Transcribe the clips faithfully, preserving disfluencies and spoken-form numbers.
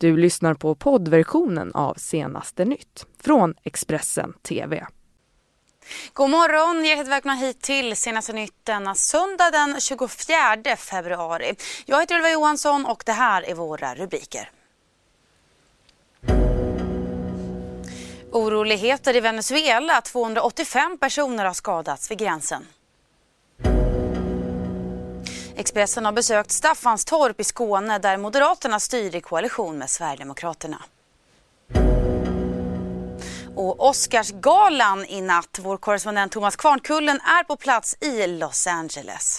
Du lyssnar på poddversionen av Senaste nytt från Expressen T V. God morgon, hjärtligt välkomna hit till Senaste nytt denna söndag den tjugofjärde februari. Jag heter Ylva Johansson och det här är våra rubriker. Oroligheter i Venezuela, tvåhundraåttiofem personer har skadats vid gränsen. Expressen har besökt Staffanstorp i Skåne där Moderaterna styr i koalition med Sverigedemokraterna. Och Oscarsgalan i natt. Vår korrespondent Thomas Kvarnkullen är på plats i Los Angeles.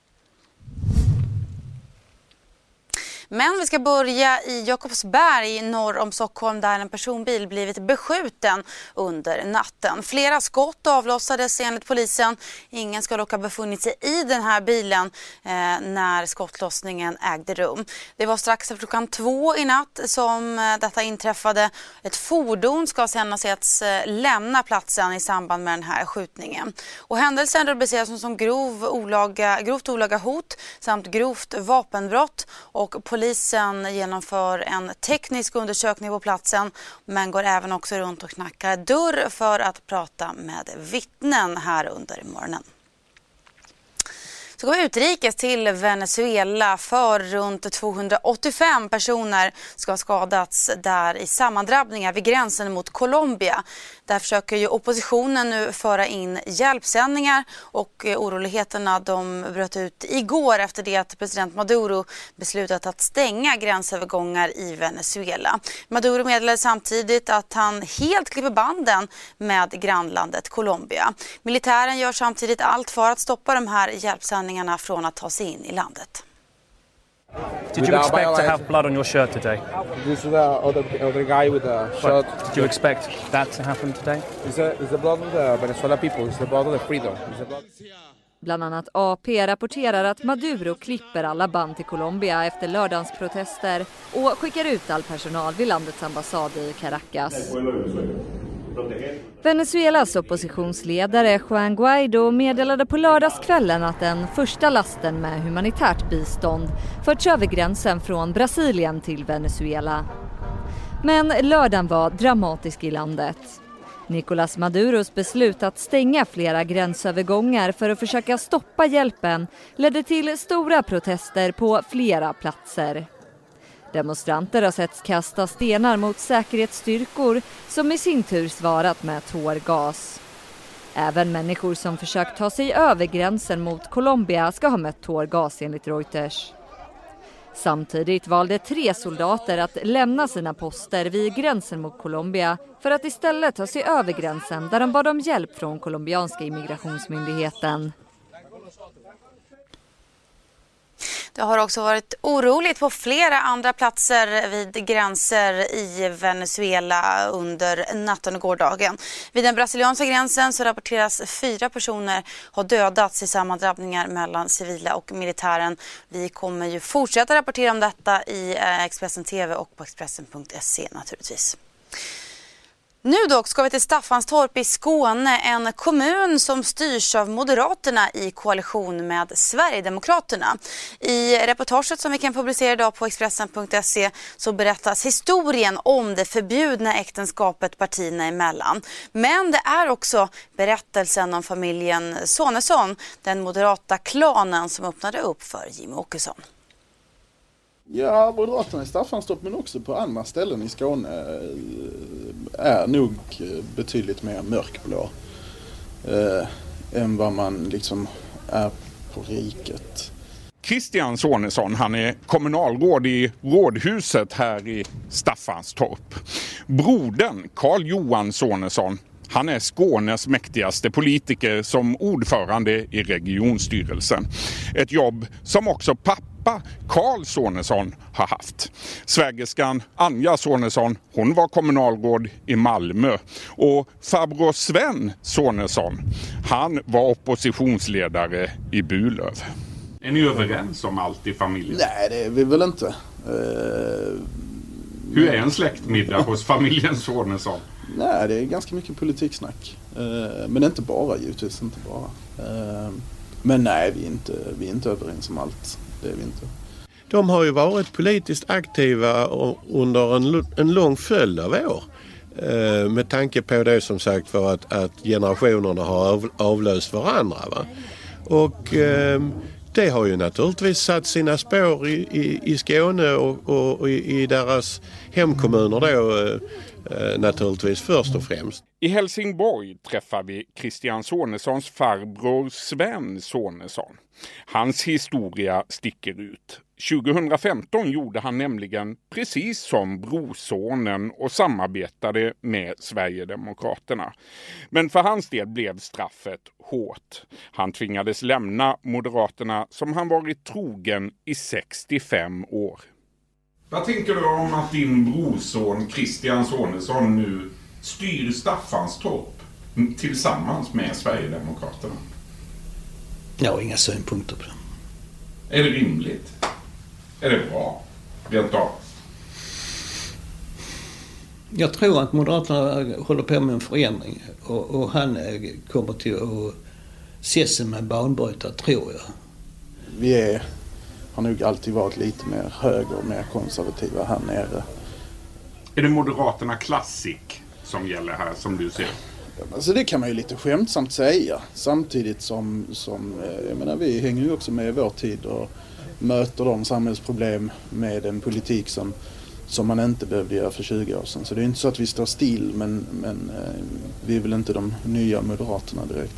Men vi ska börja i Jakobsberg norr om Stockholm där en personbil blivit beskjuten under natten. Flera skott avlossades enligt polisen. Ingen ska dock ha befunnit sig i den här bilen eh, när skottlossningen ägde rum. Det var strax efter klockan två i natt som eh, detta inträffade. Ett fordon ska sedan ha setts eh, lämna platsen i samband med den här skjutningen. Och händelsen rubriceras som, som grov olaga, grovt olaga hot samt grovt vapenbrott och polisen genomför en teknisk undersökning på platsen men går även också runt och knackar dörr för att prata med vittnen här under morgonen. Så går vi utrikes till Venezuela för runt tvåhundraåttiofem personer ska ha skadats där i sammandrabbningar vid gränsen mot Colombia. Där försöker ju oppositionen nu föra in hjälpsändningar och oroligheterna de bröt ut igår efter det att president Maduro beslutat att stänga gränsövergångar i Venezuela. Maduro meddelade samtidigt att han helt klipper banden med grannlandet Colombia. Militären gör samtidigt allt för att stoppa de här hjälpsändningarna från att ta sig in i landet. Did you expect to have blood on your shirt today? This is the other, other guy with the shirt. But did you expect that to happen today? It's the, it's the blood of the Venezuela people. It's the blood of the freedom. It's the blood... Bland annat A P rapporterar att Maduro klipper alla band till Colombia efter lördagens protester och skickar ut all personal vid landets ambassad i Caracas. Venezuelas oppositionsledare Juan Guaido meddelade på lördagskvällen att den första lasten med humanitärt bistånd förts över gränsen från Brasilien till Venezuela. Men lördagen var dramatisk i landet. Nicolás Maduros beslut att stänga flera gränsövergångar för att försöka stoppa hjälpen ledde till stora protester på flera platser. Demonstranter har setts kasta stenar mot säkerhetsstyrkor som i sin tur svarat med tårgas. Även människor som försökt ta sig över gränsen mot Colombia ska ha mött tårgas enligt Reuters. Samtidigt valde tre soldater att lämna sina poster vid gränsen mot Colombia för att istället ta sig över gränsen där de bad om hjälp från colombianska immigrationsmyndigheten. Det har också varit oroligt på flera andra platser vid gränser i Venezuela under natten och gårdagen. Vid den brasilianska gränsen så rapporteras fyra personer ha dödats i sammandrabbningar mellan civila och militären. Vi kommer ju fortsätta rapportera om detta i Expressen T V och på Expressen punkt se naturligtvis. Nu dock ska vi till Staffanstorp i Skåne, en kommun som styrs av Moderaterna i koalition med Sverigedemokraterna. I reportaget som vi kan publicera idag på Expressen punkt se så berättas historien om det förbjudna äktenskapet partierna emellan. Men det är också berättelsen om familjen Sonesson, den moderata klanen som öppnade upp för Jimmie Åkesson. Ja, Moderaterna i Staffanstorp men också på andra ställen i Skåne är nog betydligt mer mörkblå eh, än vad man liksom är på riket. Christian Sonesson, han är kommunalråd i rådhuset här i Staffanstorp. Brodern Carl Johan Sonesson, han är Skånes mäktigaste politiker som ordförande i regionstyrelsen. Ett jobb som också pappa Carl Sonesson har haft. Svägerskan Anja Sonesson, hon var kommunalråd i Malmö. Och farbror Sven Sonesson, han var oppositionsledare i Burlöv. Är ni överens om allt i familjen? Nej, det är vi väl inte. Uh, Hur är en släktmiddag hos familjen Sonesson? Nej, det är ganska mycket politiksnack. Uh, men inte bara, givetvis inte bara. Uh, men nej, vi är inte, vi är inte överens om allt. Det är vi inte. de har ju varit politiskt aktiva under en, en lång följd av år. Eh, med tanke på det som sagt för att, att generationerna har av, avlöst varandra. Va? Och eh, det har ju naturligtvis satt sina spår i, i, i Skåne och, och, och i, i deras hemkommuner då eh, naturligtvis först och främst. I Helsingborg träffar vi Christian Sonessons farbror Sven Sonesson. Hans historia sticker ut. tjugohundrafemton gjorde han nämligen precis som brorsonen och samarbetade med Sverigedemokraterna. Men för hans del blev straffet hårt. Han tvingades lämna Moderaterna som han varit trogen i sextiofem år. Vad tänker du om att din brorson Christian Sonesson nu styr Staffanstorp tillsammans med Sverigedemokraterna? Jag har inga synpunkter på det. Är det rimligt? Är det bra? Rent av. Jag tror att Moderaterna håller på med en förändring och, och han kommer till att se sig med banbrytare, tror jag. Vi är, har nog alltid varit lite mer höger och mer konservativa här nere. Är det Moderaterna Classic som gäller här, som du ser? Alltså det kan man ju lite skämtsamt säga. Samtidigt som, som jag menar, vi hänger ju också med i vår tid och möter de samhällsproblem med en politik som, som man inte behövde göra för tjugo år sedan. Så det är inte så att vi står still, men, men vi är väl inte de nya Moderaterna direkt.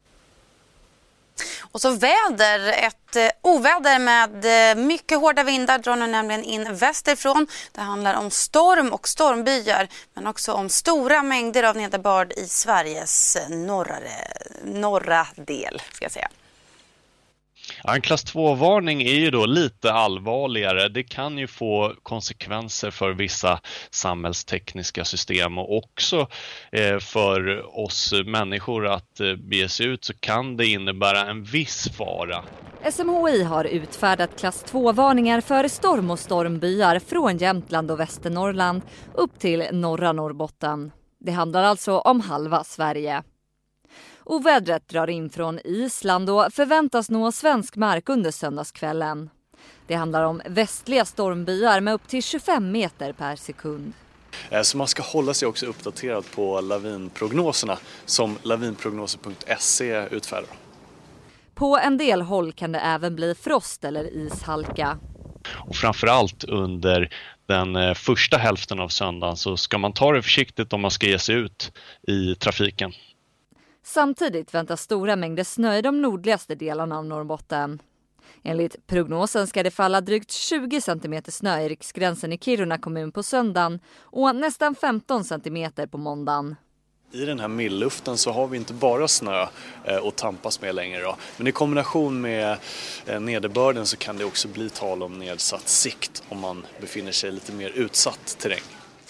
Och så väder, ett eh, oväder med eh, mycket hårda vindar drar nu nämligen in västerifrån. Det handlar om storm och stormbyar, men också om stora mängder av nederbörd i Sveriges norrare, norra del, ska jag säga. Ja, en klass två-varning är ju då lite allvarligare. Det kan ju få konsekvenser för vissa samhällstekniska system och också eh, för oss människor att eh, bege sig ut, så kan det innebära en viss fara. S M H I har utfärdat klass två-varningar för storm och stormbyar från Jämtland och Västernorrland upp till norra Norrbotten. Det handlar alltså om halva Sverige. Ovädret drar in från Island och förväntas nå svensk mark under söndagskvällen. Det handlar om västliga stormbyar med upp till tjugofem meter per sekund. Så man ska hålla sig också uppdaterad på lavinprognoserna som lavinprognoser punkt se utfärdar. På en del håll kan det även bli frost eller ishalka. Och framförallt under den första hälften av söndagen så ska man ta det försiktigt om man ska ge sig ut i trafiken. Samtidigt väntas stora mängder snö i de nordligaste delarna av Norrbotten. Enligt prognosen ska det falla drygt tjugo centimeter snö i riksgränsen i Kiruna kommun på söndagen och nästan femton centimeter på måndagen. I den här millluften så har vi inte bara snö att tampas med längre då. Men i kombination med nederbörden så kan det också bli tal om nedsatt sikt om man befinner sig i lite mer utsatt terräng.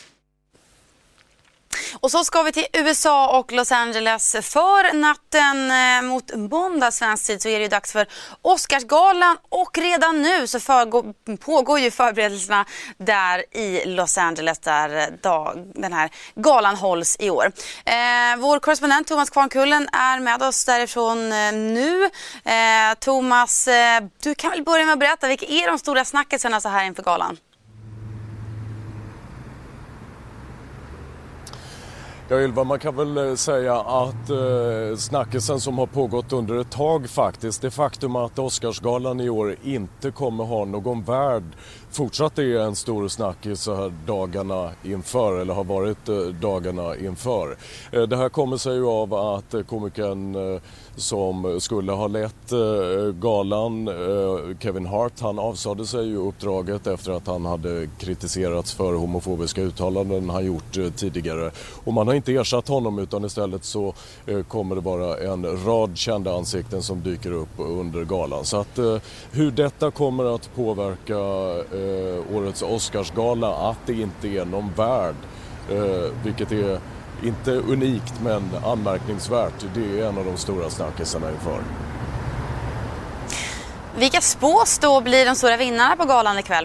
Och så ska vi till U S A och Los Angeles. För natten mot måndag svensk tid så är det ju dags för Oscarsgalan, och redan nu så förgår, pågår ju förberedelserna där i Los Angeles där dag, den här galan hålls i år. Eh, vår korrespondent Thomas Kvarnkullen är med oss därifrån eh, nu. Eh, Thomas, eh, du kan väl börja med att berätta, vilka är de stora snackisarna så här inför galan? Ja, Ylva, man kan väl säga att eh, snackisen som har pågått under ett tag faktiskt, det faktum att Oscarsgalan i år inte kommer ha någon värd fortsatt är en stor snackis så här dagarna inför, eller har varit eh, dagarna inför. Eh, det här kommer sig ju av att eh, komikern eh, som skulle ha lett eh, galan, eh, Kevin Hart, han avsade sig ju uppdraget efter att han hade kritiserats för homofobiska uttalanden han gjort eh, tidigare. Och man har inte ersatt honom, utan istället så eh, kommer det vara en rad kända ansikten som dyker upp under galan. Så att eh, hur detta kommer att påverka eh, årets Oscarsgala, att det inte är någon värd, eh, vilket är inte unikt men anmärkningsvärt, det är en av de stora snackisarna inför. Vilka spås då blir de stora vinnarna på galan ikväll?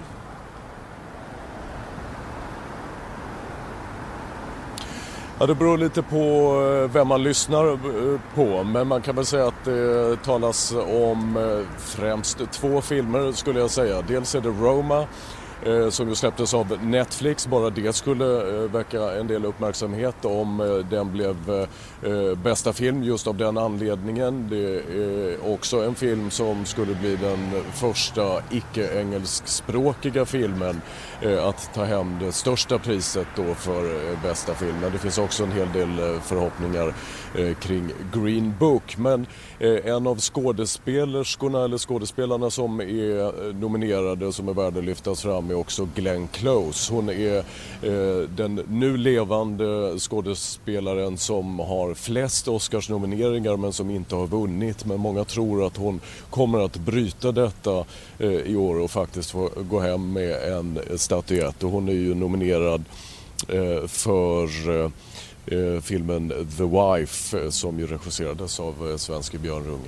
Ja, det beror lite på vem man lyssnar på, men man kan väl säga att det talas om främst två filmer skulle jag säga. Dels är det Roma som ju släpptes av Netflix. Bara det skulle väcka en del uppmärksamhet om den blev bästa film just av den anledningen. Det är också en film som skulle bli den första icke-engelskspråkiga filmen att ta hem det största priset då för bästa film. Men det finns också en hel del förhoppningar kring Green Book. Men en av skådespelerskorna eller skådespelarna som är nominerade som är värda att lyftas fram är också Glenn Close. Hon är eh, den nu levande skådespelaren som har flest Oscars-nomineringar men som inte har vunnit. Men många tror att hon kommer att bryta detta eh, i år och faktiskt få gå hem med en statyett. Och hon är ju nominerad eh, för eh, filmen The Wife eh, som ju regisserades av eh, svenske Björn Runge.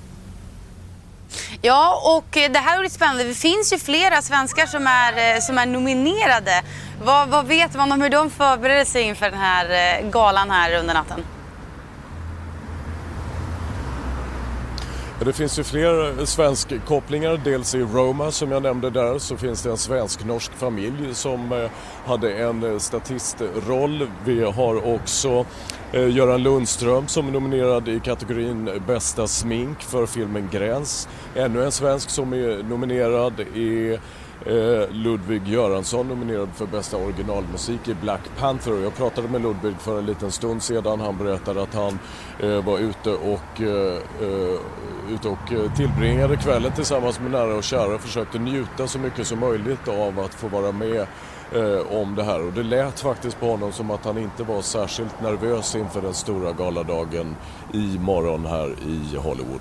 Ja, och det här är lite spännande. Det finns ju flera svenskar som är, som är nominerade. Vad, vad vet man om hur de förbereder sig inför den här galan här under natten? Det finns ju fler svenskkopplingar. Dels i Roma som jag nämnde där så finns det en svensk-norsk familj som hade en statistroll. Vi har också Göran Lundström som är nominerad i kategorin bästa smink för filmen Gräns. Ännu en svensk som är nominerad är Ludvig Göransson, nominerad för bästa originalmusik i Black Panther. Jag pratade med Ludvig för en liten stund sedan. Han berättade att han eh, var ute och, eh, ute och tillbringade kvällen tillsammans med nära och kära och försökte njuta så mycket som möjligt av att få vara med eh, om det här. Och det lät faktiskt på honom som att han inte var särskilt nervös inför den stora galadagen i morgon här i Hollywood.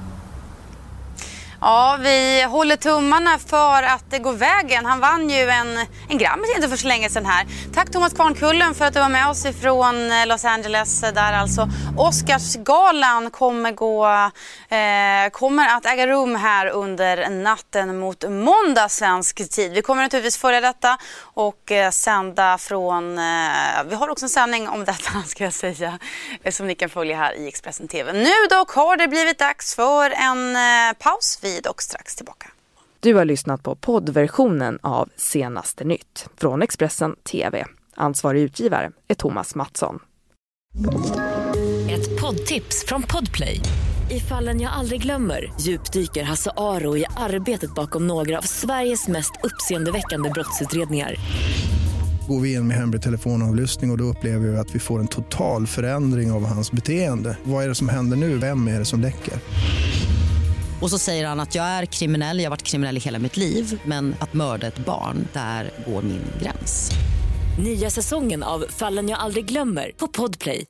Ja, vi håller tummarna för att det går vägen. Han vann ju en, en Grammis inte för så länge sedan här. Tack Thomas Kvarnkullen för att du var med oss ifrån Los Angeles där alltså. Oscarsgalan kommer, gå, eh, kommer att äga rum här under natten mot måndag svensk tid. Vi kommer naturligtvis följa detta och eh, sända från... Eh, vi har också en sändning om detta ska jag säga eh, som ni kan följa här i Expressen T V. Nu dock har det blivit dags för en eh, paus. Vi och strax tillbaka. Du har lyssnat på poddversionen av Senaste nytt från Expressen T V. Ansvarig utgivare är Thomas Mattsson. Ett poddtips från Podplay. I Fallen jag aldrig glömmer djupdyker Hasse Aro i arbetet bakom några av Sveriges mest uppseendeväckande brottsutredningar. Går vi in med hemlig telefonavlyssning och då upplever vi att vi får en total förändring av hans beteende. Vad är det som händer nu? Vem är det som läcker? Och så säger han att jag är kriminell, jag har varit kriminell i hela mitt liv. Men att mörda ett barn, där går min gräns. Nya säsongen av Fallen jag aldrig glömmer på Podplay.